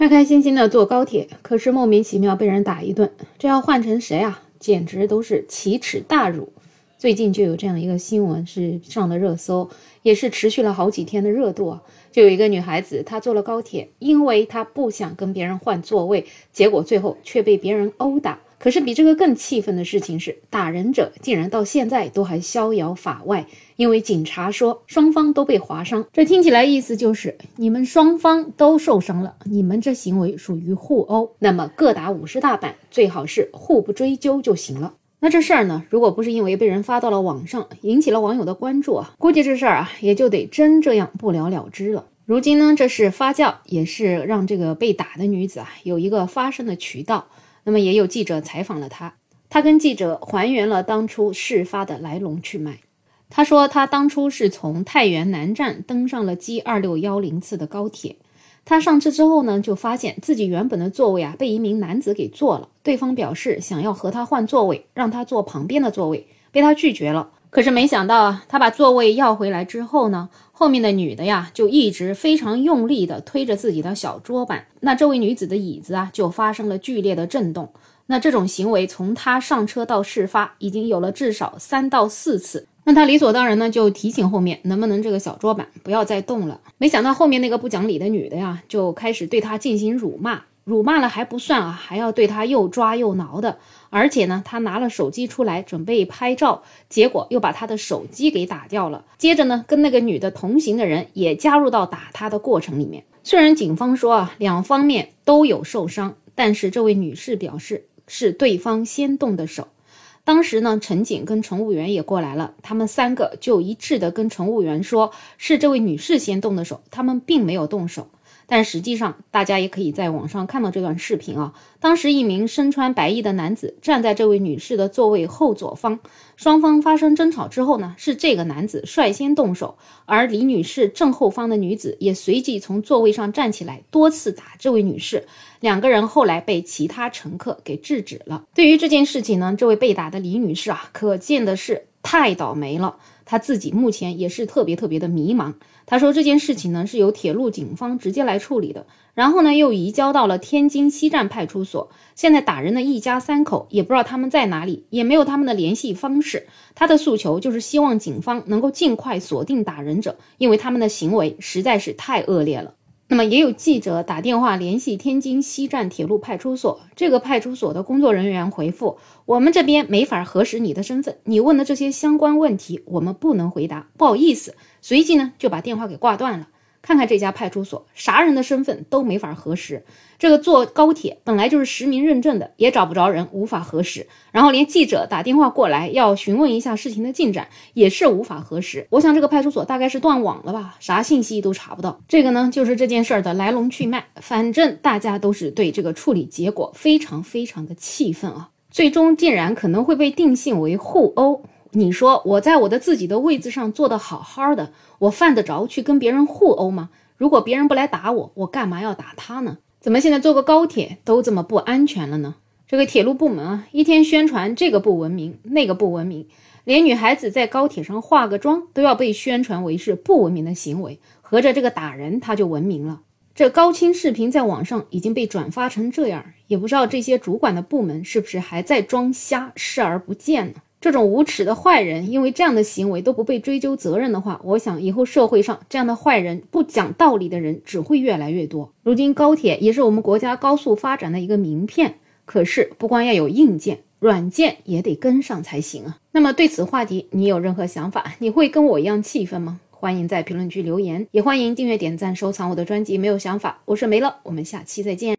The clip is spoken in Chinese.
开开心心的坐高铁，可是莫名其妙被人打一顿，这要换成谁啊？简直都是奇耻大辱。最近就有这样一个新闻是上的热搜，也是持续了好几天的热度啊。就有一个女孩子，她坐了高铁，因为她不想跟别人换座位，结果最后却被别人殴打。可是比这个更气愤的事情是，打人者竟然到现在都还逍遥法外，因为警察说双方都被划伤。这听起来意思就是你们双方都受伤了，你们这行为属于互殴，那么各打50大板，最好是互不追究就行了。那这事儿呢，如果不是因为被人发到了网上，引起了网友的关注啊，估计这事儿啊也就得真这样不了了之了。如今呢，这事发酵，也是让这个被打的女子啊有一个发声的渠道。那么也有记者采访了她，她跟记者还原了当初事发的来龙去脉。她说她当初是从太原南站登上了 G2610 次的高铁，她上车之后呢，就发现自己原本的座位啊被一名男子给坐了，对方表示想要和她换座位，让她坐旁边的座位，被她拒绝了。可是没想到啊，她把座位要回来之后呢，后面的女的呀就一直非常用力的推着自己的小桌板，那这位女子的椅子啊就发生了剧烈的震动。那这种行为从她上车到事发已经有了至少3到4次。那她理所当然呢就提醒后面能不能这个小桌板不要再动了。没想到后面那个不讲理的女的呀就开始对她进行辱骂了还不算啊，还要对她又抓又挠的。而且呢，他拿了手机出来准备拍照，结果又把他的手机给打掉了。接着呢，跟那个女的同行的人也加入到打他的过程里面。虽然警方说啊，两方面都有受伤，但是这位女士表示是对方先动的手。当时呢，乘警跟乘务员也过来了，他们3个就一致的跟乘务员说，是这位女士先动的手，他们并没有动手。但实际上大家也可以在网上看到这段视频啊，当时一名身穿白衣的男子站在这位女士的座位后左方，双方发生争吵之后呢，是这个男子率先动手，而李女士正后方的女子也随即从座位上站起来，多次打这位女士。2个人后来被其他乘客给制止了。对于这件事情呢，这位被打的李女士啊，可见的是太倒霉了，她自己目前也是特别的迷茫。她说这件事情呢是由铁路警方直接来处理的，然后呢又移交到了天津西站派出所。现在打人的一家3口也不知道他们在哪里，也没有他们的联系方式。她的诉求就是希望警方能够尽快锁定打人者，因为他们的行为实在是太恶劣了。那么也有记者打电话联系天津西站铁路派出所，这个派出所的工作人员回复，我们这边没法核实你的身份，你问的这些相关问题我们不能回答，不好意思。随即呢就把电话给挂断了。看看这家派出所，啥人的身份都没法核实。这个坐高铁本来就是实名认证的，也找不着人，无法核实。然后连记者打电话过来要询问一下事情的进展，也是无法核实。我想这个派出所大概是断网了吧，啥信息都查不到。这个呢就是这件事儿的来龙去脉，反正大家都是对这个处理结果非常的气愤啊。最终竟然可能会被定性为互殴。你说我在我的自己的位子上坐得好好的，我犯得着去跟别人互殴吗？如果别人不来打我，我干嘛要打他呢？怎么现在坐个高铁都这么不安全了呢？这个铁路部门啊，一天宣传这个不文明那个不文明，连女孩子在高铁上化个妆都要被宣传为是不文明的行为，合着这个打人他就文明了。这高清视频在网上已经被转发成这样，也不知道这些主管的部门是不是还在装瞎视而不见呢？这种无耻的坏人，因为这样的行为都不被追究责任的话，我想以后社会上这样的坏人、不讲道理的人只会越来越多。如今高铁也是我们国家高速发展的一个名片，可是不光要有硬件，软件也得跟上才行啊。那么对此话题你有任何想法？你会跟我一样气愤吗？欢迎在评论区留言，也欢迎订阅、点赞、收藏我的专辑。没有想法，我是没了，我们下期再见。